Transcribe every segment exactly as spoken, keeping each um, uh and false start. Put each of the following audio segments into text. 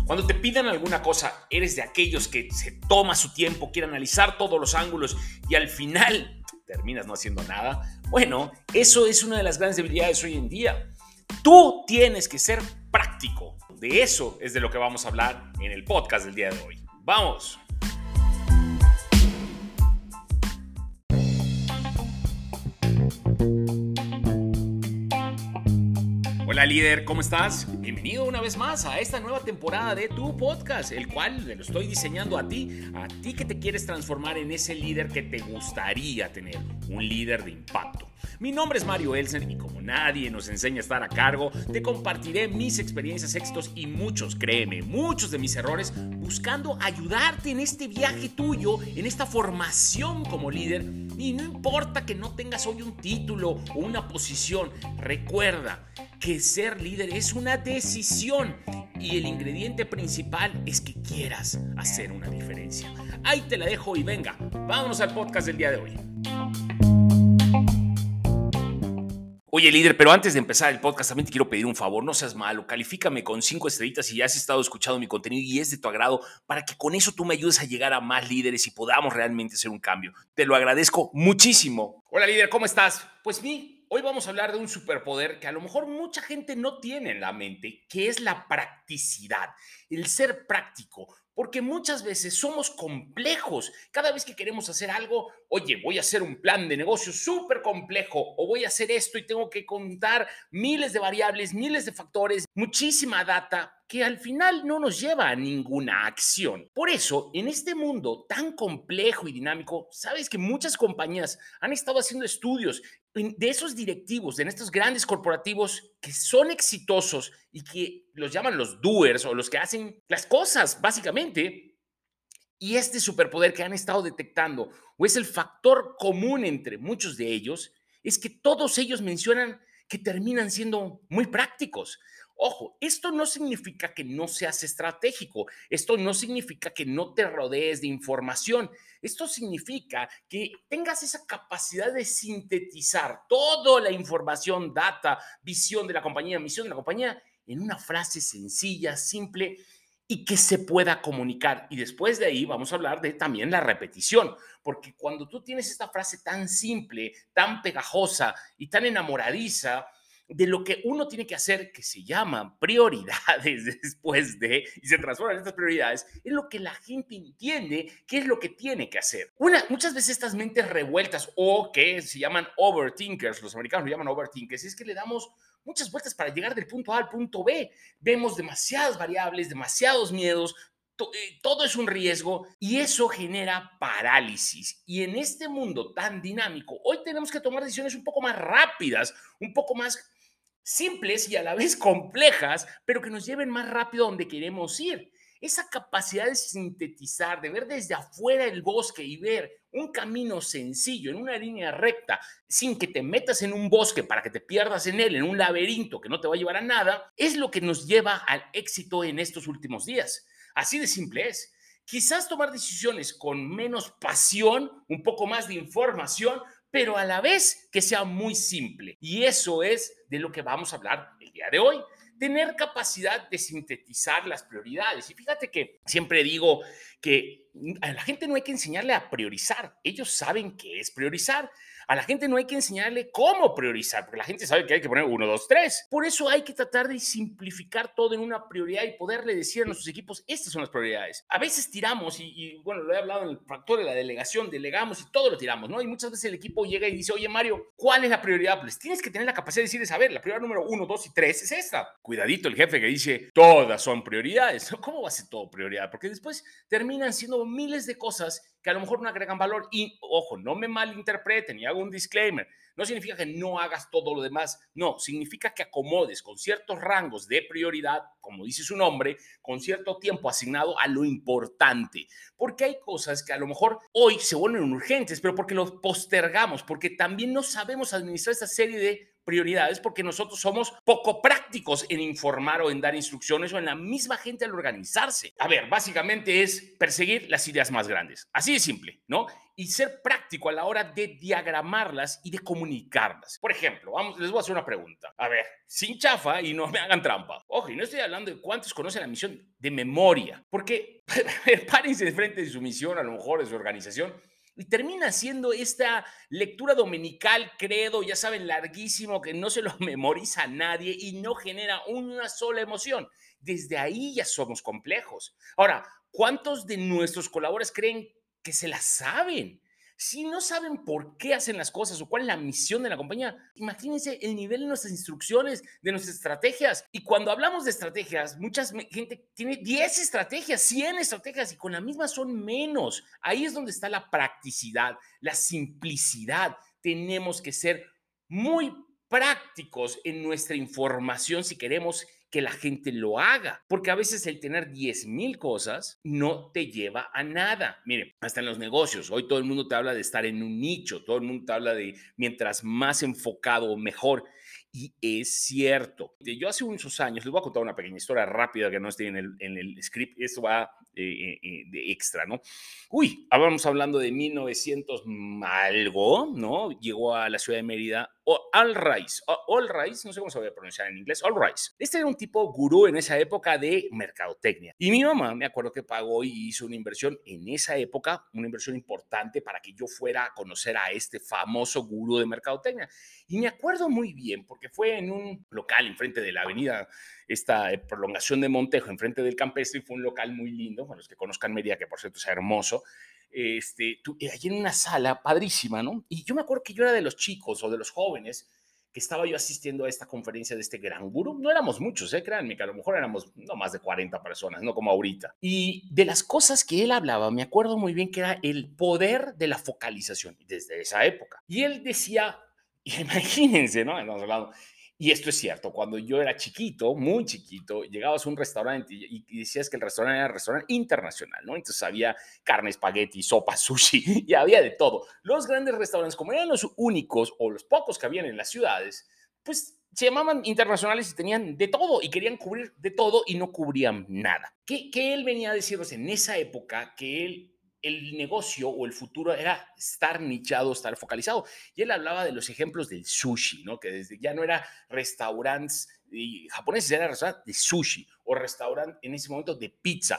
Cuando te pidan alguna cosa, eres de aquellos que se toma su tiempo, quiere analizar todos los ángulos y al final terminas no haciendo nada. Bueno, eso es una de las grandes debilidades hoy en día. Tú tienes que ser práctico. De eso es de lo que vamos a hablar en el podcast del día de hoy. ¡Vamos! Hola líder, ¿cómo estás? Bienvenido una vez más a esta nueva temporada de tu podcast, el cual lo estoy diseñando a ti, a ti que te quieres transformar en ese líder que te gustaría tener, un líder de impacto. Mi nombre es Mario Elsen y como nadie nos enseña a estar a cargo, te compartiré mis experiencias, éxitos y muchos, créeme, muchos de mis errores, buscando ayudarte en este viaje tuyo, en esta formación como líder. Y no importa que no tengas hoy un título o una posición, recuerda que ser líder es una decisión y el ingrediente principal es que quieras hacer una diferencia. Ahí te la dejo y venga, vámonos al podcast del día de hoy. Oye líder, pero antes de empezar el podcast también te quiero pedir un favor, no seas malo, califícame con cinco estrellitas si ya has estado escuchando mi contenido y es de tu agrado para que con eso tú me ayudes a llegar a más líderes y podamos realmente hacer un cambio. Te lo agradezco muchísimo. Hola líder, ¿cómo estás? Pues mi, hoy vamos a hablar de un superpoder que a lo mejor mucha gente no tiene en la mente, que es la practicidad, el ser práctico. Porque muchas veces somos complejos. Cada vez que queremos hacer algo, oye, voy a hacer un plan de negocio súper complejo o voy a hacer esto y tengo que contar miles de variables, miles de factores, muchísima data que al final no nos lleva a ninguna acción. Por eso, en este mundo tan complejo y dinámico, sabes que muchas compañías han estado haciendo estudios de esos directivos, de estos grandes corporativos que son exitosos y que los llaman los doers o los que hacen las cosas, básicamente. Y este superpoder que han estado detectando, o es el factor común entre muchos de ellos, es que todos ellos mencionan que terminan siendo muy prácticos. Ojo, esto no significa que no seas estratégico, esto no significa que no te rodees de información, esto significa que tengas esa capacidad de sintetizar toda la información, data, visión de la compañía, misión de la compañía, en una frase sencilla, simple y que se pueda comunicar. Y después de ahí vamos a hablar de también la repetición, porque cuando tú tienes esta frase tan simple, tan pegajosa y tan enamoradiza, de lo que uno tiene que hacer, que se llaman prioridades después de, y se transforman en estas prioridades, es lo que la gente entiende que es lo que tiene que hacer. Una, muchas veces estas mentes revueltas o que se llaman overthinkers, los americanos lo llaman overthinkers, es que le damos muchas vueltas para llegar del punto A al punto B. Vemos demasiadas variables, demasiados miedos, todo es un riesgo y eso genera parálisis. Y en este mundo tan dinámico, hoy tenemos que tomar decisiones un poco más rápidas, un poco más simples y a la vez complejas, pero que nos lleven más rápido a donde queremos ir. Esa capacidad de sintetizar, de ver desde afuera el bosque y ver un camino sencillo, en una línea recta, sin que te metas en un bosque para que te pierdas en él, en un laberinto que no te va a llevar a nada, es lo que nos lleva al éxito en estos últimos días. Así de simple es. Quizás tomar decisiones con menos pasión, un poco más de información, pero a la vez que sea muy simple. Y eso es de lo que vamos a hablar el día de hoy. Tener capacidad de sintetizar las prioridades. Y fíjate que siempre digo que a la gente no hay que enseñarle a priorizar. Ellos saben qué es priorizar. A la gente no hay que enseñarle cómo priorizar, porque la gente sabe que hay que poner uno, dos, tres. Por eso hay que tratar de simplificar todo en una prioridad y poderle decir a nuestros equipos, estas son las prioridades. A veces tiramos, y, y bueno, lo he hablado en el factor de la delegación, delegamos y todo lo tiramos, ¿no? Y muchas veces el equipo llega y dice, oye, Mario, ¿cuál es la prioridad? Pues tienes que tener la capacidad de decirles, a ver, la prioridad número uno, dos y tres es esta. Cuidadito el jefe que dice, todas son prioridades. ¿Cómo va a ser todo prioridad? Porque después terminan siendo miles de cosas que a lo mejor no agregan valor. Y, ojo, no me malinterpreten y hago un disclaimer. No significa que no hagas todo lo demás. No, significa que acomodes con ciertos rangos de prioridad, como dice su nombre, con cierto tiempo asignado a lo importante. Porque hay cosas que a lo mejor hoy se vuelven urgentes, pero porque los postergamos, porque también no sabemos administrar esta serie de prioridades porque nosotros somos poco prácticos en informar o en dar instrucciones o en la misma gente al organizarse. A ver, básicamente es perseguir las ideas más grandes. Así de simple, ¿no? Y ser práctico a la hora de diagramarlas y de comunicarlas. Por ejemplo, vamos, les voy a hacer una pregunta. A ver, sin chafa y no me hagan trampa. Ojo, y no estoy hablando de cuántos conocen la misión de memoria, porque párense de frente de su misión, a lo mejor de su organización, y termina siendo esta lectura dominical, credo, ya saben, larguísimo, que no se lo memoriza a nadie y no genera una sola emoción. Desde ahí ya somos complejos. Ahora, ¿cuántos de nuestros colaboradores creen que se la saben? Si no saben por qué hacen las cosas o cuál es la misión de la compañía, imagínense el nivel de nuestras instrucciones, de nuestras estrategias. Y cuando hablamos de estrategias, mucha gente tiene diez estrategias, cien estrategias y con la misma son menos. Ahí es donde está la practicidad, la simplicidad. Tenemos que ser muy prácticos en nuestra información si queremos que la gente lo haga, porque a veces el tener diez mil cosas no te lleva a nada. Mire, hasta en los negocios, hoy todo el mundo te habla de estar en un nicho, todo el mundo te habla de mientras más enfocado, mejor. Y es cierto. Yo hace muchos años, les voy a contar una pequeña historia rápida que no esté en el, en el script, esto va eh, eh, de extra, ¿no? Uy, vamos hablando de mil novecientos algo, ¿no? Llegó a la ciudad de Mérida o Al Rice, All Rice, no sé cómo se va a pronunciar en inglés, All Rice. Este era un tipo gurú en esa época de mercadotecnia. Y mi mamá, me acuerdo que pagó y hizo una inversión en esa época, una inversión importante para que yo fuera a conocer a este famoso gurú de mercadotecnia. Y me acuerdo muy bien porque fue en un local enfrente de la avenida, esta prolongación de Montejo, enfrente del Campestre, y fue un local muy lindo, para los que conozcan Mérida, que por cierto es hermoso. Este, tú, allí en una sala padrísima, ¿no? Y yo me acuerdo que yo era de los chicos o de los jóvenes que estaba yo asistiendo a esta conferencia de este gran gurú. No éramos muchos, ¿eh? Créanme que a lo mejor éramos no más de cuarenta personas, no como ahorita. Y de las cosas que él hablaba, me acuerdo muy bien que era el poder de la focalización desde esa época. Y él decía, imagínense, ¿no? Estamos hablando, y esto es cierto, cuando yo era chiquito, muy chiquito, llegabas a un restaurante y, y decías que el restaurante era un restaurante internacional, ¿no? Entonces había carne, espagueti, sopa, sushi, y había de todo. Los grandes restaurantes, como eran los únicos o los pocos que habían en las ciudades, pues se llamaban internacionales y tenían de todo y querían cubrir de todo y no cubrían nada. ¿Qué, qué él venía a decirnos en esa época? Que él el negocio o el futuro era estar nichado, estar focalizado. Y él hablaba de los ejemplos del sushi, ¿no? Que desde ya no era restaurantes y japoneses, era restaurante de sushi o restaurante en ese momento de pizza.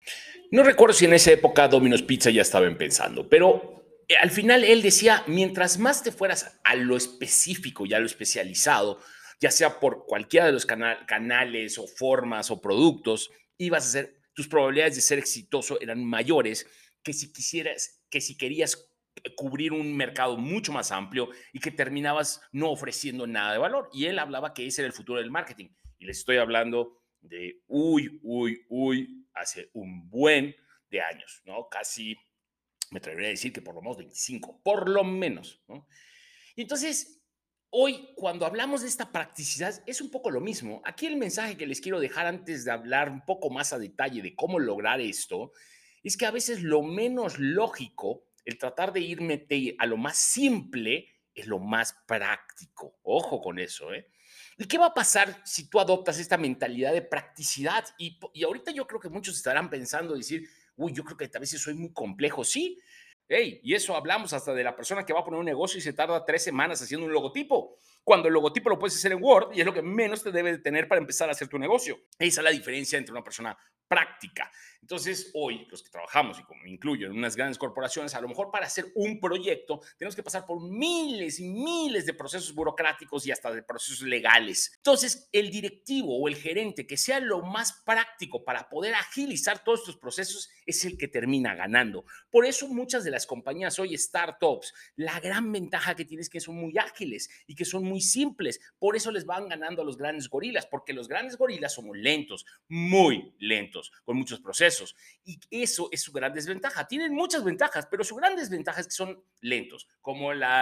No recuerdo si en esa época Domino's Pizza ya estaban pensando, pero eh, al final él decía, mientras más te fueras a lo específico y a lo especializado, ya sea por cualquiera de los canal, canales o formas o productos, ibas a ser, tus probabilidades de ser exitoso eran mayores que si quisieras, que si querías cubrir un mercado mucho más amplio y que terminabas no ofreciendo nada de valor. Y él hablaba que ese era el futuro del marketing. Y les estoy hablando de, uy, uy, uy, hace un buen de años, ¿no? Casi, me atrevería a decir que por lo menos veinticinco, por lo menos, ¿no? Y entonces, hoy, cuando hablamos de esta practicidad, es un poco lo mismo. Aquí el mensaje que les quiero dejar antes de hablar un poco más a detalle de cómo lograr esto, es que a veces lo menos lógico, el tratar de irme a lo más simple, es lo más práctico. Ojo con eso, ¿eh? ¿Y qué va a pasar si tú adoptas esta mentalidad de practicidad? Y, y ahorita yo creo que muchos estarán pensando, decir, uy, yo creo que a veces soy muy complejo. Sí, hey, y eso hablamos hasta de la persona que va a poner un negocio y se tarda tres semanas haciendo un logotipo, cuando el logotipo lo puedes hacer en Word y es lo que menos te debe de tener para empezar a hacer tu negocio. Esa es la diferencia entre una persona práctica. Entonces, hoy, los que trabajamos, y como me incluyo, en unas grandes corporaciones, a lo mejor para hacer un proyecto tenemos que pasar por miles y miles de procesos burocráticos y hasta de procesos legales. Entonces, el directivo o el gerente que sea lo más práctico para poder agilizar todos estos procesos es el que termina ganando. Por eso muchas de las compañías hoy, startups, la gran ventaja que tienen es que son muy ágiles y que son muy simples. Por eso les van ganando a los grandes gorilas, porque los grandes gorilas somos lentos, muy lentos, con muchos procesos. Y eso es su gran desventaja. Tienen muchas ventajas, pero su gran desventaja es que son lentos, como la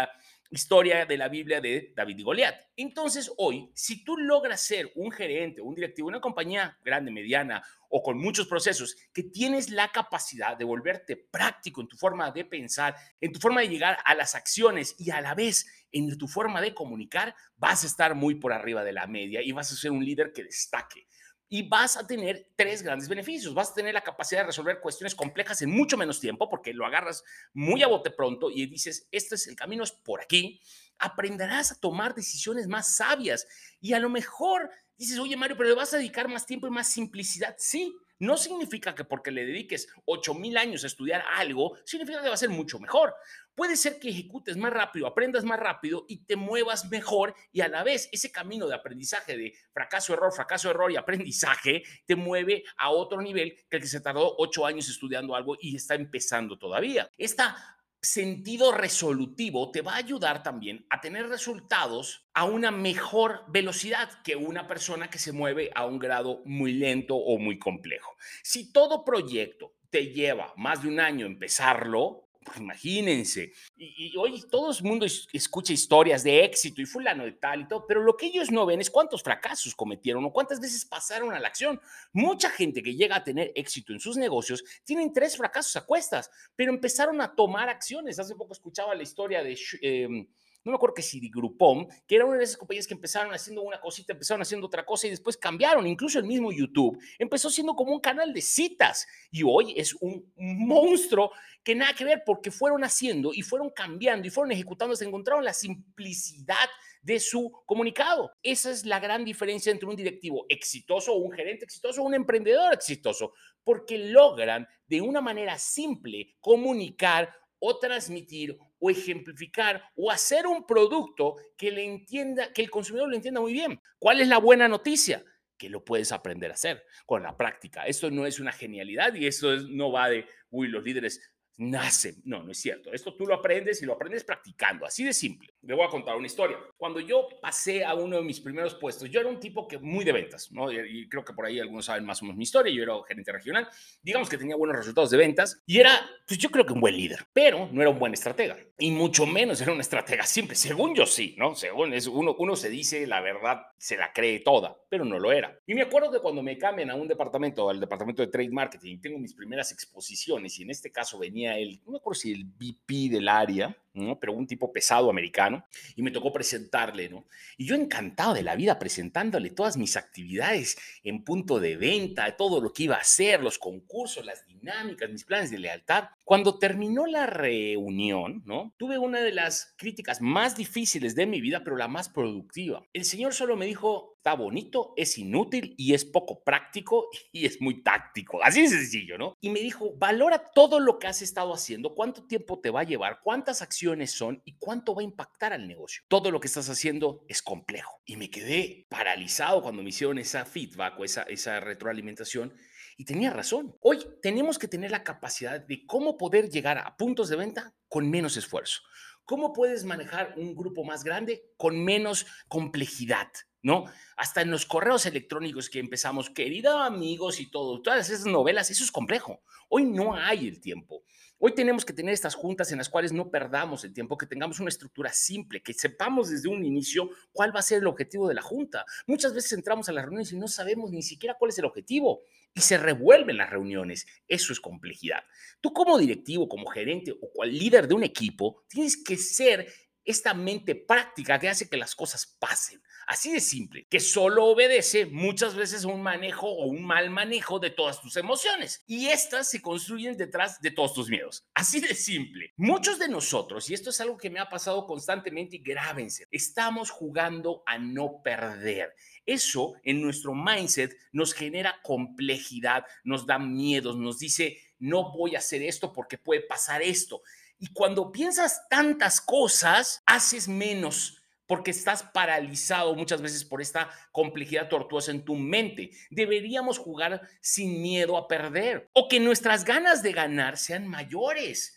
historia de la Biblia de David y Goliat. Entonces, hoy, si tú logras ser un gerente, un directivo, una compañía grande, mediana o con muchos procesos, que tienes la capacidad de volverte práctico en tu forma de pensar, en tu forma de llegar a las acciones y a la vez en tu forma de comunicar, vas a estar muy por arriba de la media y vas a ser un líder que destaque. Y vas a tener tres grandes beneficios. Vas a tener la capacidad de resolver cuestiones complejas en mucho menos tiempo, porque lo agarras muy a bote pronto y dices, este es el camino, es por aquí. Aprenderás a tomar decisiones más sabias y a lo mejor dices, oye Mario, pero le vas a dedicar más tiempo y más simplicidad. Sí, no significa que porque le dediques ocho mil años a estudiar algo, significa que va a ser mucho mejor. Puede ser que ejecutes más rápido, aprendas más rápido y te muevas mejor y a la vez ese camino de aprendizaje de fracaso, error, fracaso, error y aprendizaje te mueve a otro nivel que el que se tardó ocho años estudiando algo y está empezando todavía. Esta sentido resolutivo te va a ayudar también a tener resultados a una mejor velocidad que una persona que se mueve a un grado muy lento o muy complejo. Si todo proyecto te lleva más de un año empezarlo, pues imagínense, y, y hoy todo el mundo es- escucha historias de éxito y fulano de tal y todo, pero lo que ellos no ven es cuántos fracasos cometieron o cuántas veces pasaron a la acción. Mucha gente que llega a tener éxito en sus negocios tienen tres fracasos a cuestas, pero empezaron a tomar acciones. Hace poco escuchaba la historia de, eh, no me acuerdo que si de Groupon, que era una de esas compañías que empezaron haciendo una cosita, empezaron haciendo otra cosa y después cambiaron. Incluso el mismo YouTube empezó siendo como un canal de citas y hoy es un monstruo que nada que ver porque fueron haciendo y fueron cambiando y fueron ejecutando, se encontraron la simplicidad de su comunicado. Esa es la gran diferencia entre un directivo exitoso, un gerente exitoso, un emprendedor exitoso, porque logran de una manera simple comunicar o transmitir o ejemplificar o hacer un producto que le entienda, que el consumidor lo entienda muy bien. ¿Cuál es la buena noticia? Que lo puedes aprender a hacer con la práctica. Esto no es una genialidad y esto es, no va de, uy, los líderes nacen. No, no es cierto. Esto tú lo aprendes y lo aprendes practicando, así de simple. Le voy a contar una historia. Cuando yo pasé a uno de mis primeros puestos, yo era un tipo que muy de ventas, ¿no? Y, y creo que por ahí algunos saben más o menos mi historia. Yo era gerente regional, digamos que tenía buenos resultados de ventas y era, pues yo creo que un buen líder, pero no era un buen estratega y mucho menos era una estratega simple. Según yo sí, ¿no? Según es, uno, uno se dice la verdad, se la cree toda, pero no lo era. Y me acuerdo que cuando me cambian a un departamento, al departamento de trade marketing, tengo mis primeras exposiciones y en este caso venía el, no me acuerdo si el V P del área, ¿no? Pero un tipo pesado americano y me tocó presentarle, ¿no? Y yo encantado de la vida presentándole todas mis actividades en punto de venta, todo lo que iba a hacer, los concursos, las dinámicas, mis planes de lealtad. Cuando terminó la reunión, ¿no? Tuve una de las críticas más difíciles de mi vida, pero la más productiva. El señor solo me dijo, está bonito, es inútil y es poco práctico y es muy táctico. Así de sencillo, ¿no? Y me dijo, valora todo lo que has estado haciendo, cuánto tiempo te va a llevar, cuántas acciones son y cuánto va a impactar al negocio. Todo lo que estás haciendo es complejo. Y me quedé paralizado cuando me hicieron esa feedback o esa, esa retroalimentación. Y tenía razón. Hoy tenemos que tener la capacidad de cómo poder llegar a puntos de venta con menos esfuerzo. ¿Cómo puedes manejar un grupo más grande con menos complejidad? ¿No? Hasta en los correos electrónicos que empezamos, queridos amigos y todo, todas esas novelas, eso es complejo. Hoy no hay el tiempo. Hoy tenemos que tener estas juntas en las cuales no perdamos el tiempo, que tengamos una estructura simple, que sepamos desde un inicio cuál va a ser el objetivo de la junta. Muchas veces entramos a las reuniones y no sabemos ni siquiera cuál es el objetivo y se revuelven las reuniones. Eso es complejidad. Tú como directivo, como gerente o cual líder de un equipo, tienes que ser esta mente práctica que hace que las cosas pasen. Así de simple, que solo obedece muchas veces a un manejo o un mal manejo de todas tus emociones. Y estas se construyen detrás de todos tus miedos. Así de simple. Muchos de nosotros, y esto es algo que me ha pasado constantemente y grábense, estamos jugando a no perder. Eso en nuestro mindset nos genera complejidad, nos da miedos, nos dice, no voy a hacer esto porque puede pasar esto. Y cuando piensas tantas cosas, haces menos porque estás paralizado muchas veces por esta complejidad tortuosa en tu mente. Deberíamos jugar sin miedo a perder o que nuestras ganas de ganar sean mayores.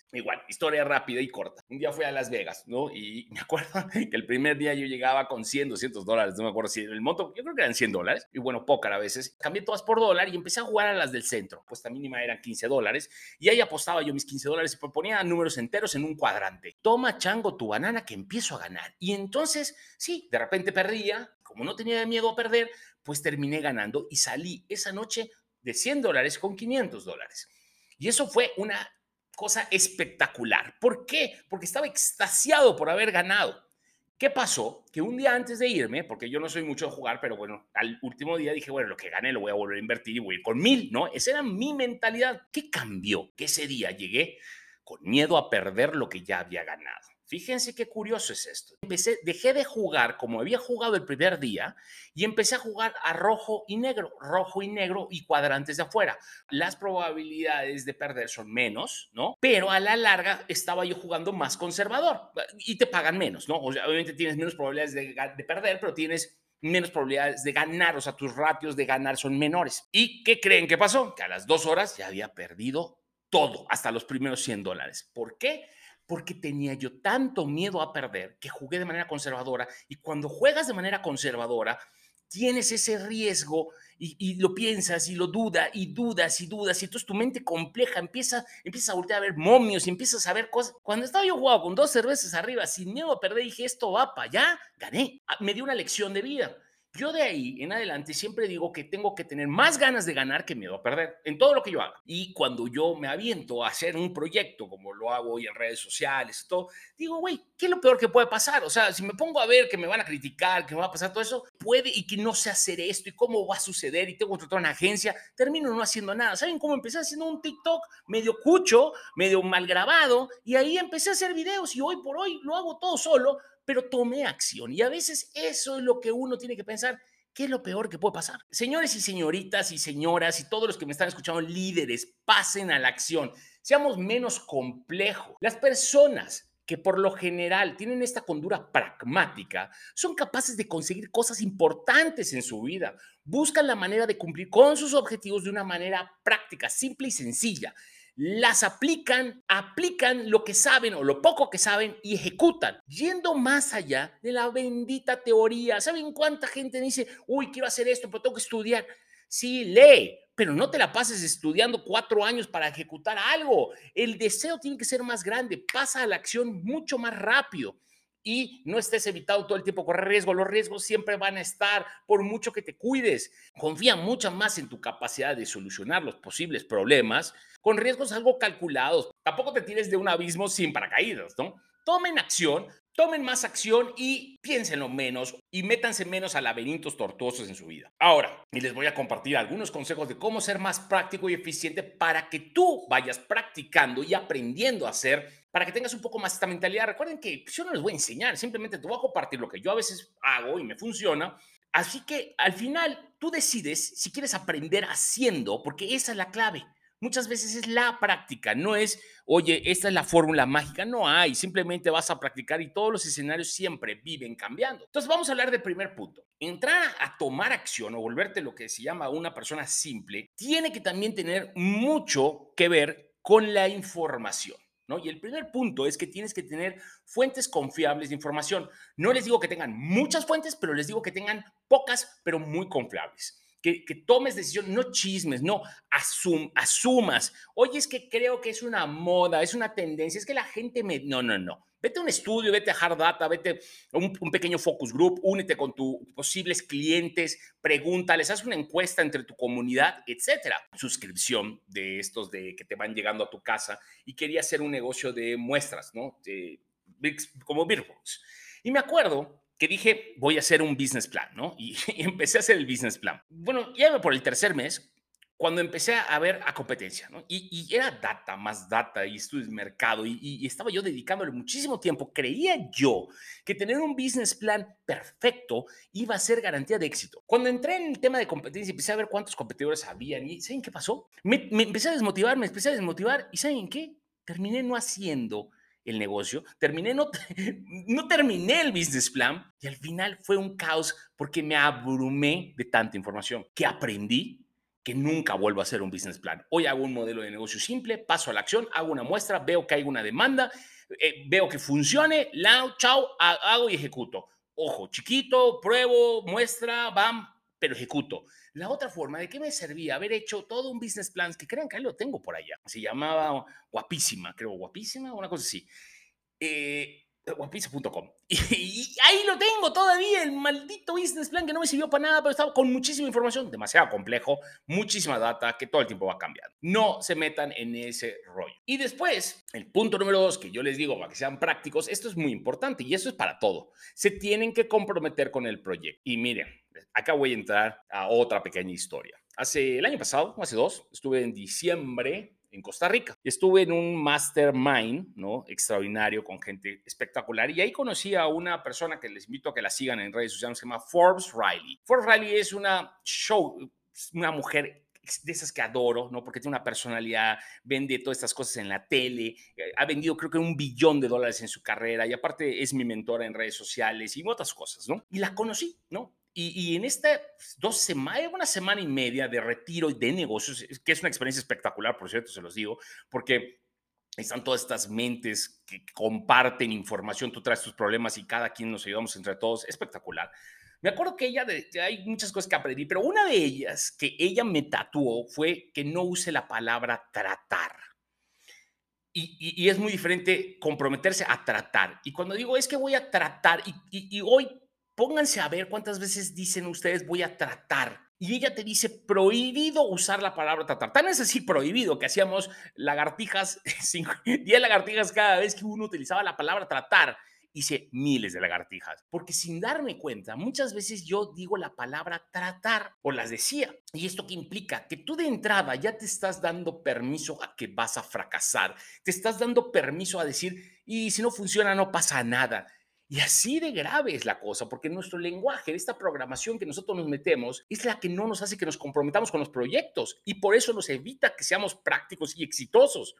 Igual, historia rápida y corta. Un día fui a Las Vegas, ¿no? Y me acuerdo que el primer día yo llegaba con cien, doscientos dólares, no me acuerdo si el monto, yo creo que eran cien dólares, y bueno, póker a veces. Cambié todas por dólar y empecé a jugar a las del centro. Pues la mínima eran quince dólares, y ahí apostaba yo mis quince dólares y ponía números enteros en un cuadrante. Toma, chango, tu banana que empiezo a ganar. Y entonces, sí, de repente perdía. Como no tenía miedo a perder, pues terminé ganando y salí esa noche de cien dólares con quinientos dólares. Y eso fue una cosa espectacular. ¿Por qué? Porque estaba extasiado por haber ganado. ¿Qué pasó? Que un día antes de irme, porque yo no soy mucho de jugar, pero bueno, al último día dije, bueno, lo que gané lo voy a volver a invertir y voy a ir con mil, ¿no? Esa era mi mentalidad. ¿Qué cambió? Que ese día llegué con miedo a perder lo que ya había ganado. Fíjense qué curioso es esto. Empecé, dejé de jugar como había jugado el primer día y empecé a jugar a rojo y negro, rojo y negro y cuadrantes de afuera. Las probabilidades de perder son menos, ¿no? Pero a la larga estaba yo jugando más conservador y te pagan menos, ¿no? O sea, obviamente tienes menos probabilidades de, de perder, pero tienes menos probabilidades de ganar, o sea, tus ratios de ganar son menores. ¿Y qué creen que pasó? Que a las dos horas ya había perdido todo, hasta los primeros cien dólares. ¿Por qué? Porque tenía yo tanto miedo a perder que jugué de manera conservadora y cuando juegas de manera conservadora tienes ese riesgo y, y lo piensas y lo dudas y dudas y dudas y entonces tu mente compleja empieza, empieza a voltear a ver momios y empiezas a ver cosas. Cuando estaba yo jugando con dos cervezas arriba sin miedo a perder dije esto va para allá, gané. Ah, me dio una lección de vida. Yo de ahí en adelante siempre digo que tengo que tener más ganas de ganar que miedo a perder en todo lo que yo haga. Y cuando yo me aviento a hacer un proyecto como lo hago hoy en redes sociales, todo, digo, güey, ¿qué es lo peor que puede pasar? O sea, si me pongo a ver que me van a criticar, que me va a pasar todo eso, puede y que no sé hacer esto y cómo va a suceder y tengo que contratar una agencia, termino no haciendo nada. ¿Saben cómo empecé haciendo un TikTok medio cucho, medio mal grabado? Y ahí empecé a hacer videos y hoy por hoy lo hago todo solo, pero tomé acción. Y a veces eso es lo que uno tiene que pensar. ¿Qué es lo peor que puede pasar? Señores y señoritas y señoras y todos los que me están escuchando, líderes, pasen a la acción. Seamos menos complejos. Las personas que por lo general tienen esta conducta pragmática son capaces de conseguir cosas importantes en su vida. Buscan la manera de cumplir con sus objetivos de una manera práctica, simple y sencilla. Las aplican, aplican lo que saben o lo poco que saben y ejecutan, yendo más allá de la bendita teoría. ¿Saben cuánta gente dice, uy, quiero hacer esto, pero tengo que estudiar? Sí, lee, pero no te la pases estudiando cuatro años para ejecutar algo. El deseo tiene que ser más grande, pasa a la acción mucho más rápido y no estés evitando todo el tiempo correr riesgo. Los riesgos siempre van a estar, por mucho que te cuides. Confía mucho más en tu capacidad de solucionar los posibles problemas con riesgos algo calculados. Tampoco te tires de un abismo sin paracaídas, ¿no? Tomen acción, tomen más acción y piénsenlo menos y métanse menos a laberintos tortuosos en su vida. Ahora, y les voy a compartir algunos consejos de cómo ser más práctico y eficiente para que tú vayas practicando y aprendiendo a hacer, para que tengas un poco más esta mentalidad. Recuerden que yo no les voy a enseñar, simplemente te voy a compartir lo que yo a veces hago y me funciona. Así que al final tú decides si quieres aprender haciendo, porque esa es la clave. Muchas veces es la práctica, no es, oye, esta es la fórmula mágica, no hay, simplemente vas a practicar y todos los escenarios siempre viven cambiando. Entonces vamos a hablar del primer punto. Entrar a tomar acción o volverte lo que se llama una persona simple, tiene que también tener mucho que ver con la información. ¿No? Y el primer punto es que tienes que tener fuentes confiables de información. No les digo que tengan muchas fuentes, pero les digo que tengan pocas, pero muy confiables. Que, que, tomes decisión, no chismes, no asum, asumas. Oye, es que creo que es una moda, es una tendencia, es que la gente me... No, no, no. Vete a un estudio, vete a Hard Data, vete a un, un pequeño focus group, únete con tus posibles clientes, pregúntales, haz una encuesta entre tu comunidad, etcétera. Suscripción de estos de que te van llegando a tu casa y quería hacer un negocio de muestras, ¿no? De, como Beerbox. Y me acuerdo que dije, voy a hacer un business plan, ¿no? Y, y empecé a hacer el business plan. Bueno, ya por el tercer mes, cuando empecé a ver a competencia, ¿no? Y, y era data, más data y estudios de mercado y, y, y estaba yo dedicándole muchísimo tiempo. Creía yo que tener un business plan perfecto iba a ser garantía de éxito. Cuando entré en el tema de competencia, empecé a ver cuántos competidores habían y ¿saben qué pasó? Me, me empecé a desmotivar, me empecé a desmotivar y ¿saben qué? Terminé no haciendo el negocio, terminé, no, no terminé el business plan y al final fue un caos porque me abrumé de tanta información que aprendí que nunca vuelvo a hacer un business plan. Hoy hago un modelo de negocio simple, paso a la acción, hago una muestra, veo que hay una demanda, eh, veo que funcione, la, chao, hago y ejecuto. Ojo, chiquito, pruebo, muestra, bam, pero ejecuto. La otra forma, ¿de qué me servía haber hecho todo un business plan? Que crean que ahí lo tengo por allá. Se llamaba Guapísima, creo, Guapísima, una cosa así. Eh, guapísima punto com. Y, y ahí lo tengo todavía, el maldito business plan que no me sirvió para nada, pero estaba con muchísima información, demasiado complejo, muchísima data que todo el tiempo va cambiando. No se metan en ese rollo. Y después, el punto número dos, que yo les digo para que sean prácticos, esto es muy importante y eso es para todo. Se tienen que comprometer con el proyecto. Y miren, acá voy a entrar a otra pequeña historia. Hace el año pasado, hace dos, estuve en diciembre en Costa Rica. Estuve en un mastermind, ¿no? Extraordinario, con gente espectacular. Y ahí conocí a una persona que les invito a que la sigan en redes sociales, se llama Forbes Riley. Forbes Riley es una show, una mujer de esas que adoro, ¿no? Porque tiene una personalidad, vende todas estas cosas en la tele, ha vendido creo que un billón de dólares en su carrera y aparte es mi mentora en redes sociales y otras cosas, ¿no? Y la conocí, ¿no? Y, y en esta dos semanas, una semana y media de retiro de negocios, que es una experiencia espectacular, por cierto, se los digo, porque están todas estas mentes que comparten información, tú traes tus problemas y cada quien nos ayudamos entre todos, espectacular. Me acuerdo que ella, de, hay muchas cosas que aprendí, pero una de ellas que ella me tatuó fue que no use la palabra tratar. Y, y, y es muy diferente comprometerse a tratar. Y cuando digo es que voy a tratar, y, y, y hoy pónganse a ver cuántas veces dicen ustedes voy a tratar. Y ella te dice prohibido usar la palabra tratar. Tan es así prohibido que hacíamos lagartijas, diez lagartijas cada vez que uno utilizaba la palabra tratar. Hice miles de lagartijas, porque sin darme cuenta, muchas veces yo digo la palabra tratar o las decía. ¿Y esto qué implica? Que tú de entrada ya te estás dando permiso a que vas a fracasar. Te estás dando permiso a decir, y si no funciona, no pasa nada. Y así de grave es la cosa, porque nuestro lenguaje, esta programación que nosotros nos metemos, es la que no nos hace que nos comprometamos con los proyectos y por eso nos evita que seamos prácticos y exitosos.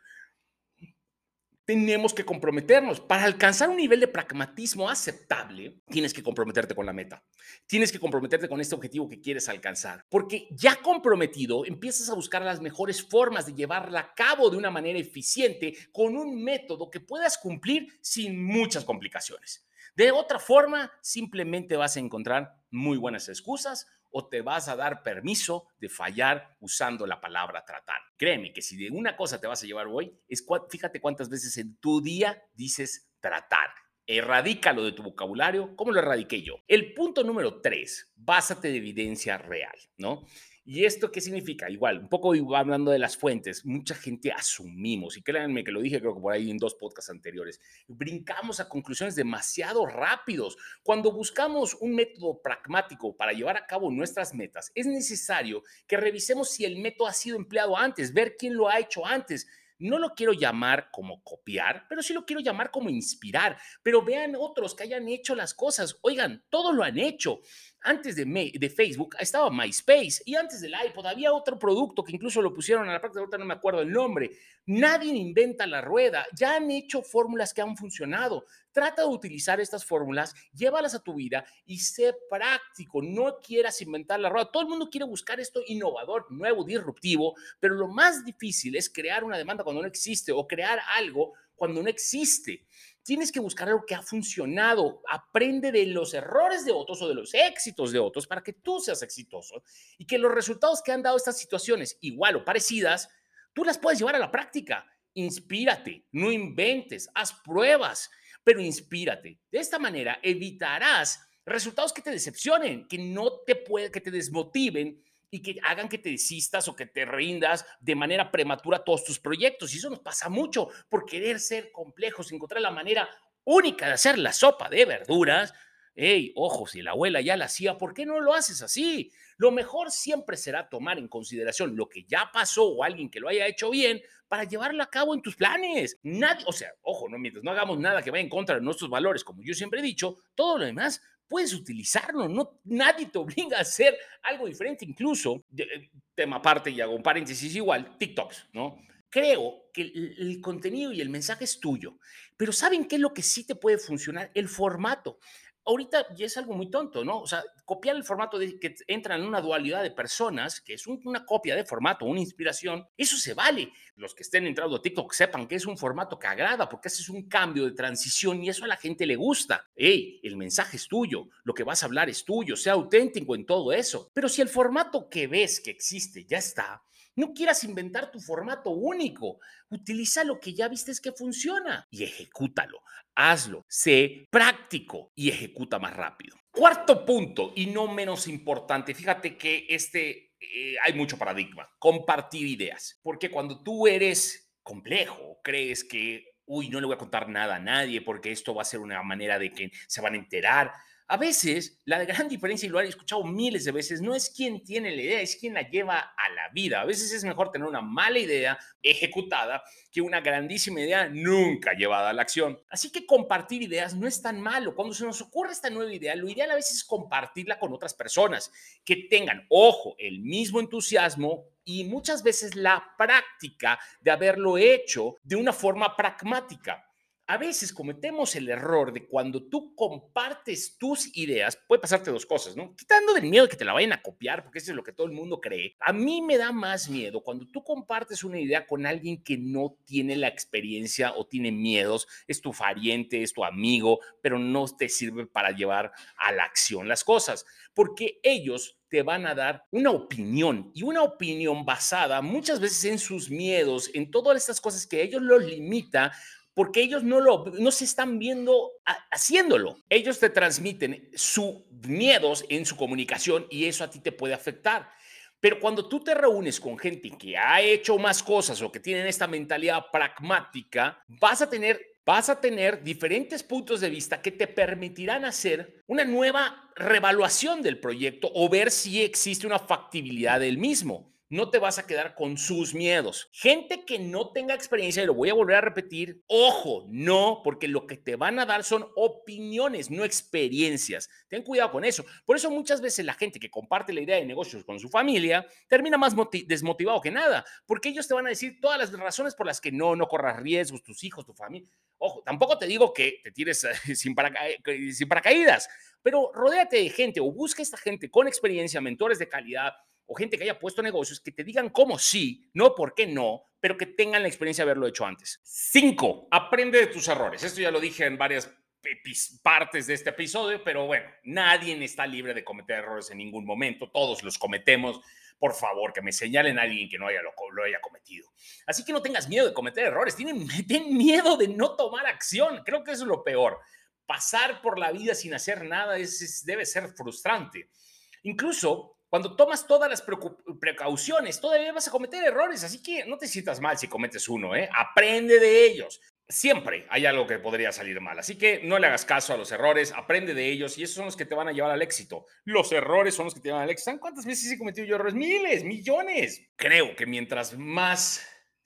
Tenemos que comprometernos. Para alcanzar un nivel de pragmatismo aceptable, tienes que comprometerte con la meta. Tienes que comprometerte con este objetivo que quieres alcanzar. Porque ya comprometido, empiezas a buscar las mejores formas de llevarla a cabo de una manera eficiente con un método que puedas cumplir sin muchas complicaciones. De otra forma, simplemente vas a encontrar muy buenas excusas o te vas a dar permiso de fallar usando la palabra tratar. Créeme que si de una cosa te vas a llevar hoy, es cu fíjate cuántas veces en tu día dices tratar. Erradícalo de tu vocabulario, como lo erradiqué yo. El punto número tres, básate de evidencia real, ¿no? ¿Y esto qué significa? Igual, un poco igual hablando de las fuentes, mucha gente asumimos, y créanme que lo dije creo que por ahí en dos podcasts anteriores, brincamos a conclusiones demasiado rápidos. Cuando buscamos un método pragmático para llevar a cabo nuestras metas, es necesario que revisemos si el método ha sido empleado antes, ver quién lo ha hecho antes. No lo quiero llamar como copiar, pero sí lo quiero llamar como inspirar. Pero vean otros que hayan hecho las cosas. Oigan, todos lo han hecho. Antes de, me, de Facebook estaba MySpace y antes del iPod había otro producto que incluso lo pusieron a la práctica, ahorita no me acuerdo el nombre. Nadie inventa la rueda, ya han hecho fórmulas que han funcionado. Trata de utilizar estas fórmulas, llévalas a tu vida y sé práctico, no quieras inventar la rueda. Todo el mundo quiere buscar esto innovador, nuevo, disruptivo, pero lo más difícil es crear una demanda cuando no existe o crear algo cuando no existe. Tienes que buscar algo que ha funcionado. Aprende de los errores de otros o de los éxitos de otros para que tú seas exitoso y que los resultados que han dado estas situaciones, igual o parecidas, tú las puedes llevar a la práctica. Inspírate, no inventes, haz pruebas, pero inspírate. De esta manera evitarás resultados que te decepcionen, que no te puede, que te desmotiven y que hagan que te desistas o que te rindas de manera prematura a todos tus proyectos. Y eso nos pasa mucho por querer ser complejos, encontrar la manera única de hacer la sopa de verduras. Hey, ojo, si la abuela ya la hacía, ¿por qué no lo haces así? Lo mejor siempre será tomar en consideración lo que ya pasó o alguien que lo haya hecho bien para llevarlo a cabo en tus planes. Nadie, o sea, ojo, no mientras no hagamos nada que vaya en contra de nuestros valores, como yo siempre he dicho, todo lo demás puedes utilizarlo, no, nadie te obliga a hacer algo diferente, incluso, de, tema aparte y hago un paréntesis igual, TikToks, ¿no? Creo que el, el contenido y el mensaje es tuyo, pero ¿saben qué es lo que sí te puede funcionar? El formato. ahorita ya es algo muy tonto, ¿no? O sea, copiar el formato de que entra en una dualidad de personas, que es un- una copia de formato, una inspiración, eso se vale. Los que estén entrando a TikTok sepan que es un formato que agrada, porque ese es un cambio de transición y eso a la gente le gusta. Hey, el mensaje es tuyo, lo que vas a hablar es tuyo, sea auténtico en todo eso. Pero si el formato que ves que existe ya está, no quieras inventar tu formato único. Utiliza lo que ya vistes que funciona y ejecútalo. Hazlo, sé práctico y ejecuta más rápido. Cuarto punto, y no menos importante, fíjate que este eh, hay mucho paradigma, compartir ideas, porque cuando tú eres complejo, crees que, uy, no le voy a contar nada a nadie porque esto va a ser una manera de que se van a enterar. A veces, la gran diferencia, y lo he escuchado miles de veces, no es quien tiene la idea, es quien la lleva a la vida. A veces es mejor tener una mala idea ejecutada que una grandísima idea nunca llevada a la acción. Así que compartir ideas no es tan malo. Cuando se nos ocurre esta nueva idea, lo ideal a veces es compartirla con otras personas que tengan, ojo, el mismo entusiasmo y muchas veces la práctica de haberlo hecho de una forma pragmática. A veces cometemos el error de cuando tú compartes tus ideas, puede pasarte dos cosas, ¿no? Quitando del miedo de que te la vayan a copiar, porque eso es lo que todo el mundo cree. A mí me da más miedo cuando tú compartes una idea con alguien que no tiene la experiencia o tiene miedos, es tu pariente, es tu amigo, pero no te sirve para llevar a la acción las cosas, porque ellos te van a dar una opinión y una opinión basada muchas veces en sus miedos, en todas estas cosas que a ellos los limita porque ellos no, lo, no se están viendo a, haciéndolo. Ellos te transmiten sus miedos en su comunicación y eso a ti te puede afectar. Pero cuando tú te reúnes con gente que ha hecho más cosas o que tienen esta mentalidad pragmática, vas a tener vas a tener diferentes puntos de vista que te permitirán hacer una nueva revaluación del proyecto o ver si existe una factibilidad del mismo. No te vas a quedar con sus miedos. Gente que no tenga experiencia, y lo voy a volver a repetir, ojo, no, porque lo que te van a dar son opiniones, no experiencias. Ten cuidado con eso. Por eso muchas veces la gente que comparte la idea de negocios con su familia termina más desmotivado que nada, porque ellos te van a decir todas las razones por las que no, no corras riesgos, tus hijos, tu familia. Ojo, tampoco te digo que te tires sin, paraca sin paracaídas, pero rodéate de gente o busca esta gente con experiencia, mentores de calidad, o gente que haya puesto negocios que te digan cómo sí, no por qué no, pero que tengan la experiencia de haberlo hecho antes. Cinco, aprende de tus errores. Esto ya lo dije en varias partes de este episodio, pero bueno, nadie está libre de cometer errores en ningún momento, todos los cometemos. Por favor, que me señalen a alguien que no haya lo, lo haya cometido. Así que no tengas miedo de cometer errores, tienen, ten miedo de no tomar acción, creo que eso es lo peor. Pasar por la vida sin hacer nada es, es, debe ser frustrante. Incluso cuando tomas todas las precauciones, todavía vas a cometer errores, así que no te sientas mal si cometes uno, ¿eh? Aprende de ellos. Siempre hay algo que podría salir mal, así que no le hagas caso a los errores, aprende de ellos y esos son los que te van a llevar al éxito. Los errores son los que te llevan al éxito. ¿Saben cuántas veces he cometido yo errores? Miles, millones. Creo que mientras más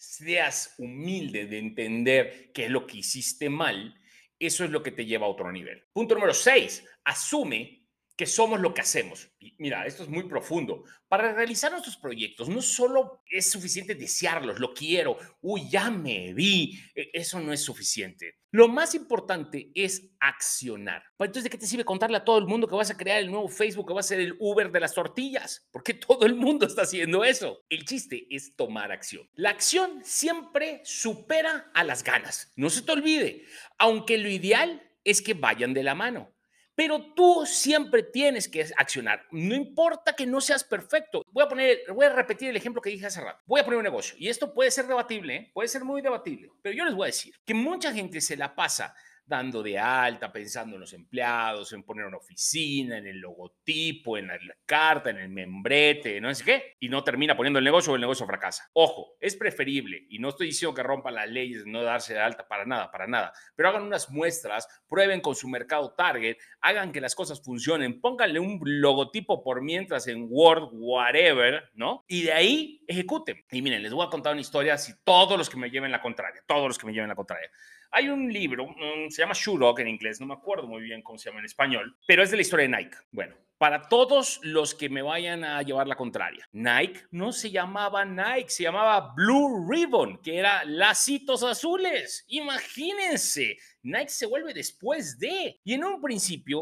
seas humilde de entender qué es lo que hiciste mal, eso es lo que te lleva a otro nivel. Punto número seis, asume que somos lo que hacemos. Y mira, esto es muy profundo. Para realizar nuestros proyectos no solo es suficiente desearlos, lo quiero, uy, ya me vi, eso no es suficiente. Lo más importante es accionar. Entonces, ¿de qué te sirve contarle a todo el mundo que vas a crear el nuevo Facebook, que va a ser el Uber de las tortillas? Porque todo el mundo está haciendo eso. El chiste es tomar acción. La acción siempre supera a las ganas. No se te olvide, aunque lo ideal es que vayan de la mano. Pero tú siempre tienes que accionar. No importa que no seas perfecto. Voy a poner, voy a repetir el ejemplo que dije hace rato. Voy a poner un negocio y esto puede ser debatible, ¿eh? Puede ser muy debatible, pero yo les voy a decir que mucha gente se la pasa dando de alta, pensando en los empleados, en poner una oficina, en el logotipo, en la, la carta, en el membrete, no sé qué, y no termina poniendo el negocio o el negocio fracasa. Ojo, es preferible, y no estoy diciendo que rompan las leyes de no darse de alta para nada, para nada, pero hagan unas muestras, prueben con su mercado target, hagan que las cosas funcionen, pónganle un logotipo por mientras en Word, whatever, ¿no? Y de ahí ejecuten. Y miren, les voy a contar una historia, si todos los que me lleven la contraria, todos los que me lleven la contraria. Hay un libro, um, se llama Shoe Dog en inglés, no me acuerdo muy bien cómo se llama en español, pero es de la historia de Nike. Bueno, para todos los que me vayan a llevar la contraria, Nike no se llamaba Nike, se llamaba Blue Ribbon, que era lacitos azules. Imagínense, Nike se vuelve después de, y en un principio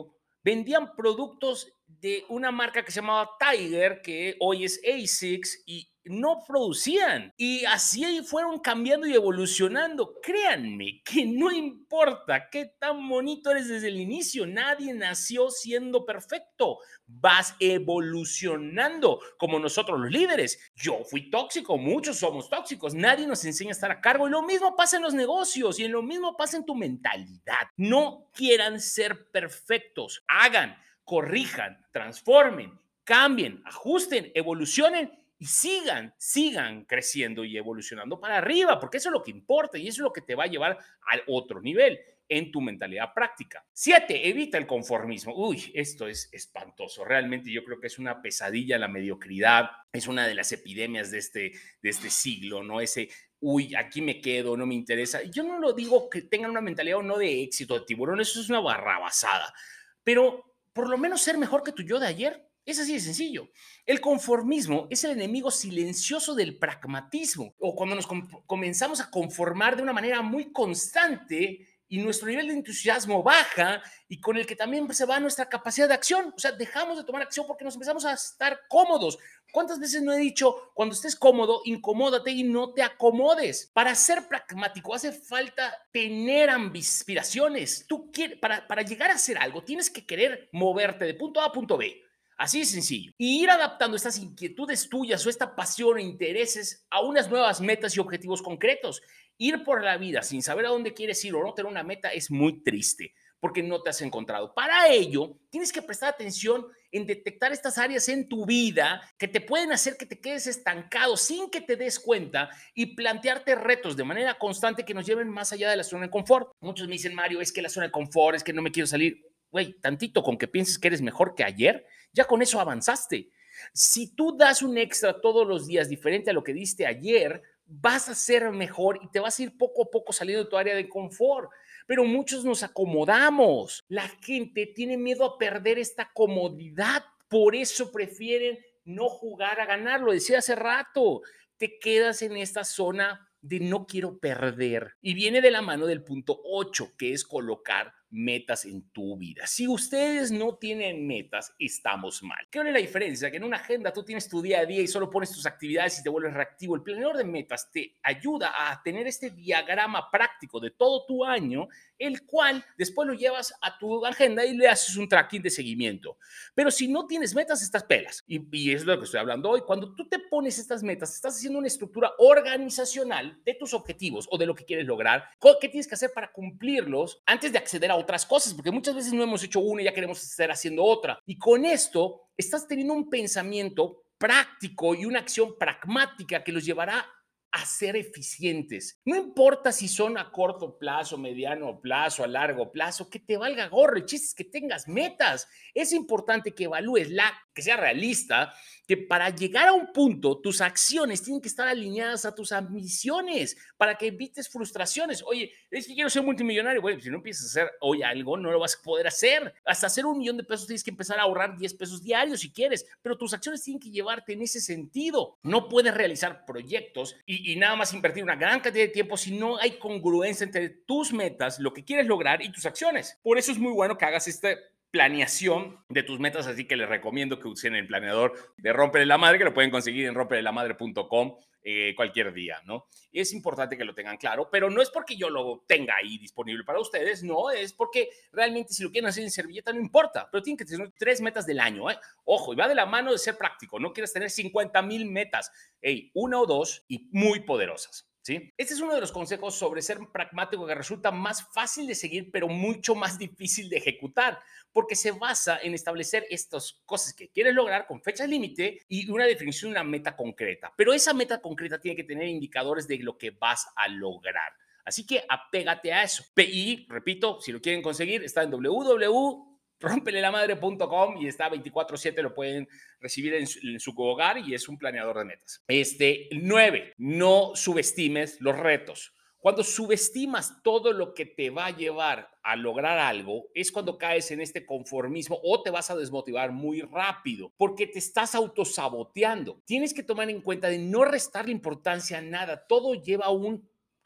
vendían productos de una marca que se llamaba Tiger, que hoy es ASICS, y no producían. Y así fueron cambiando y evolucionando. Créanme que no importa qué tan bonito eres desde el inicio, nadie nació siendo perfecto. Vas evolucionando como nosotros los líderes. Yo fui tóxico, muchos somos tóxicos, nadie nos enseña a estar a cargo y lo mismo pasa en los negocios y en lo mismo pasa en tu mentalidad. No quieran ser perfectos, hagan, corrijan, transformen, cambien, ajusten, evolucionen y sigan, sigan creciendo y evolucionando para arriba, porque eso es lo que importa y eso es lo que te va a llevar al otro nivel en tu mentalidad práctica. Siete, evita el conformismo. Uy, esto es espantoso. Realmente yo creo que es una pesadilla la mediocridad. Es una de las epidemias de este, de este siglo, ¿no? Ese, uy, aquí me quedo, no me interesa. Yo no lo digo que tengan una mentalidad o no de éxito de tiburón, eso es una barrabasada. Pero por lo menos ser mejor que tu yo de ayer. Es así de sencillo. El conformismo es el enemigo silencioso del pragmatismo, o cuando nos com comenzamos a conformar de una manera muy constante y nuestro nivel de entusiasmo baja y con el que también se va nuestra capacidad de acción. O sea, dejamos de tomar acción porque nos empezamos a estar cómodos. ¿Cuántas veces no he dicho, cuando estés cómodo, incomódate y no te acomodes? Para ser pragmático hace falta tener aspiraciones. Tú quieres, para, para llegar a hacer algo, tienes que querer moverte de punto A a punto B. Así de sencillo. Y ir adaptando estas inquietudes tuyas o esta pasión o intereses a unas nuevas metas y objetivos concretos. Ir por la vida sin saber a dónde quieres ir o no tener una meta es muy triste porque no te has encontrado. Para ello, tienes que prestar atención en detectar estas áreas en tu vida que te pueden hacer que te quedes estancado sin que te des cuenta y plantearte retos de manera constante que nos lleven más allá de la zona de confort. Muchos me dicen, Mario, es que la zona de confort, es que no me quiero salir. Güey, tantito con que pienses que eres mejor que ayer, ya con eso avanzaste. Si tú das un extra todos los días diferente a lo que diste ayer, vas a ser mejor y te vas a ir poco a poco saliendo de tu área de confort. Pero muchos nos acomodamos. La gente tiene miedo a perder esta comodidad. Por eso prefieren no jugar a ganar. Lo decía hace rato. Te quedas en esta zona de no quiero perder. Y viene de la mano del punto ocho, que es colocar metas en tu vida. Si ustedes no tienen metas, estamos mal. ¿Qué es la diferencia? Que en una agenda tú tienes tu día a día y solo pones tus actividades y te vuelves reactivo. El planeador de metas te ayuda a tener este diagrama práctico de todo tu año, el cual después lo llevas a tu agenda y le haces un tracking de seguimiento. Pero si no tienes metas, estás pelas. Y, y es de lo que estoy hablando hoy. Cuando tú te pones estas metas, estás haciendo una estructura organizacional de tus objetivos o de lo que quieres lograr. ¿Qué tienes que hacer para cumplirlos antes de acceder a otras cosas? Porque muchas veces no hemos hecho una y ya queremos estar haciendo otra. Y con esto estás teniendo un pensamiento práctico y una acción pragmática que los llevará a ser eficientes. No importa si son a corto plazo, mediano plazo, a largo plazo, que te valga gorro. El chiste es que tengas metas. Es importante que evalúes la, que sea realista, que para llegar a un punto, tus acciones tienen que estar alineadas a tus ambiciones para que evites frustraciones. Oye, es que quiero ser multimillonario. Bueno, si no empiezas a hacer hoy algo, no lo vas a poder hacer. Hasta hacer un millón de pesos tienes que empezar a ahorrar diez pesos diarios si quieres, pero tus acciones tienen que llevarte en ese sentido. No puedes realizar proyectos y, y nada más invertir una gran cantidad de tiempo si no hay congruencia entre tus metas, lo que quieres lograr y tus acciones. Por eso es muy bueno que hagas este planeación de tus metas, así que les recomiendo que usen el planeador de Rómpele la Madre, que lo pueden conseguir en rompele la madre punto com eh, cualquier día, ¿no? Es importante que lo tengan claro, pero no es porque yo lo tenga ahí disponible para ustedes, no, es porque realmente si lo quieren hacer en servilleta no importa, pero tienen que tener tres metas del año, ¿eh? Ojo, y va de la mano de ser práctico, no quieres tener cincuenta mil metas, hey, una o dos y muy poderosas. ¿Sí? Este es uno de los consejos sobre ser pragmático que resulta más fácil de seguir, pero mucho más difícil de ejecutar, porque se basa en establecer estas cosas que quieres lograr con fechas límite y una definición de una meta concreta. Pero esa meta concreta tiene que tener indicadores de lo que vas a lograr. Así que apégate a eso. Y repito, si lo quieren conseguir, está en w w w punto rompele la madre punto com y está veinticuatro siete, lo pueden recibir en su, en su hogar y es un planeador de metas. Este, nueve, no subestimes los retos. Cuando subestimas todo lo que te va a llevar a lograr algo, es cuando caes en este conformismo o te vas a desmotivar muy rápido porque te estás autosaboteando. Tienes que tomar en cuenta de no restarle importancia a nada. Todo lleva un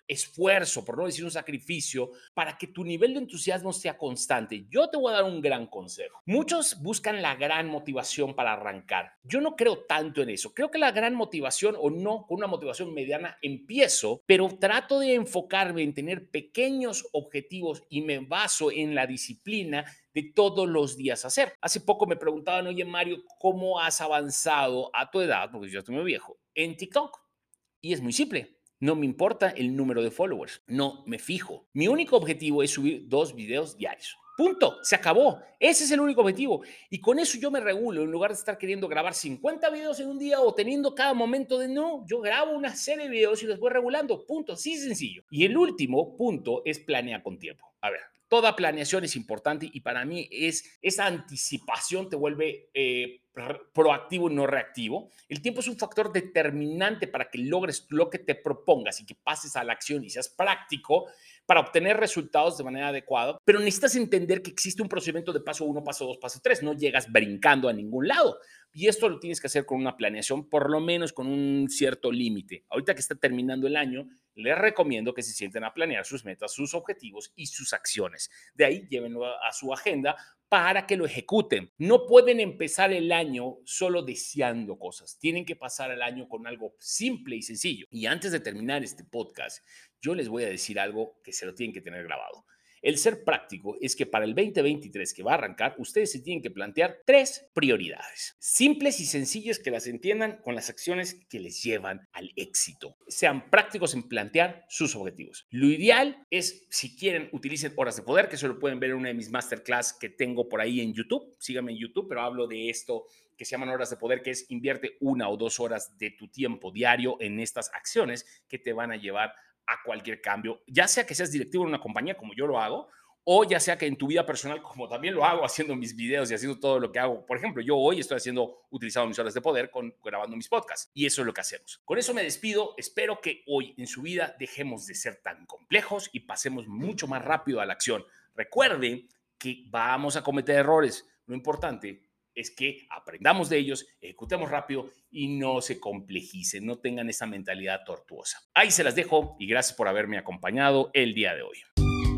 esfuerzo, por no decir un sacrificio, para que tu nivel de entusiasmo sea constante. Yo te voy a dar un gran consejo. Muchos buscan la gran motivación para arrancar. Yo no creo tanto en eso. Creo que la gran motivación, o no, con una motivación mediana empiezo, pero trato de enfocarme en tener pequeños objetivos y me baso en la disciplina de todos los días hacer. Hace poco me preguntaban, oye Mario, ¿cómo has avanzado a tu edad? Porque yo estoy muy viejo, en TikTok. Y es muy simple. No me importa el número de followers. No me fijo. Mi único objetivo es subir dos videos diarios. Punto. Se acabó. Ese es el único objetivo. Y con eso yo me regulo. En lugar de estar queriendo grabar cincuenta videos en un día o teniendo cada momento de no, yo grabo una serie de videos y los voy regulando. Punto. Así sencillo. Y el último punto es planear con tiempo. A ver, toda planeación es importante y para mí es esa anticipación te vuelve eh, proactivo y no reactivo. El tiempo es un factor determinante para que logres lo que te propongas y que pases a la acción y seas práctico para obtener resultados de manera adecuada, pero necesitas entender que existe un procedimiento de paso uno, paso dos, paso tres. No llegas brincando a ningún lado. Y esto lo tienes que hacer con una planeación, por lo menos con un cierto límite. Ahorita que está terminando el año, les recomiendo que se sienten a planear sus metas, sus objetivos y sus acciones. De ahí llévenlo a, a su agenda para que lo ejecuten. No pueden empezar el año solo deseando cosas. Tienen que pasar el año con algo simple y sencillo. Y antes de terminar este podcast, yo les voy a decir algo que se lo tienen que tener grabado. El ser práctico es que para el veinte veintitrés que va a arrancar, ustedes se tienen que plantear tres prioridades. Simples y sencillas que las entiendan con las acciones que les llevan al éxito. Sean prácticos en plantear sus objetivos. Lo ideal es, si quieren, utilicen horas de poder, que eso lo pueden ver en una de mis masterclass que tengo por ahí en YouTube. Síganme en YouTube, pero hablo de esto que se llaman horas de poder, que es invierte una o dos horas de tu tiempo diario en estas acciones que te van a llevar a cualquier cambio, ya sea que seas directivo en una compañía como yo lo hago, o ya sea que en tu vida personal, como también lo hago haciendo mis videos y haciendo todo lo que hago. Por ejemplo, yo hoy estoy haciendo, utilizando mis horas de poder con, grabando mis podcasts, y eso es lo que hacemos. Con eso me despido. Espero que hoy en su vida dejemos de ser tan complejos y pasemos mucho más rápido a la acción. Recuerden que vamos a cometer errores. Lo importante es que aprendamos de ellos, ejecutemos rápido y no se complejicen, no tengan esa mentalidad tortuosa. Ahí se las dejo y gracias por haberme acompañado el día de hoy.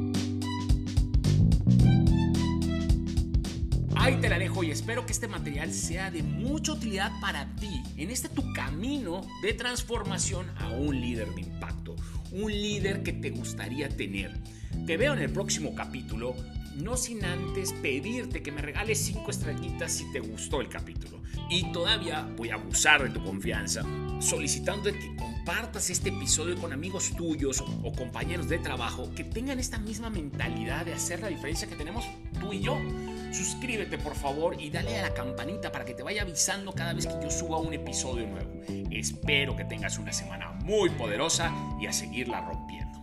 Ahí te la dejo y espero que este material sea de mucha utilidad para ti en este tu camino de transformación a un líder de impacto, un líder que te gustaría tener. Te veo en el próximo capítulo, no sin antes pedirte que me regales cinco estrellitas si te gustó el capítulo. Y todavía voy a abusar de tu confianza, solicitando que compartas este episodio con amigos tuyos o compañeros de trabajo que tengan esta misma mentalidad de hacer la diferencia que tenemos tú y yo. Suscríbete por favor y dale a la campanita para que te vaya avisando cada vez que yo suba un episodio nuevo. Espero que tengas una semana muy poderosa y a seguirla rompiendo.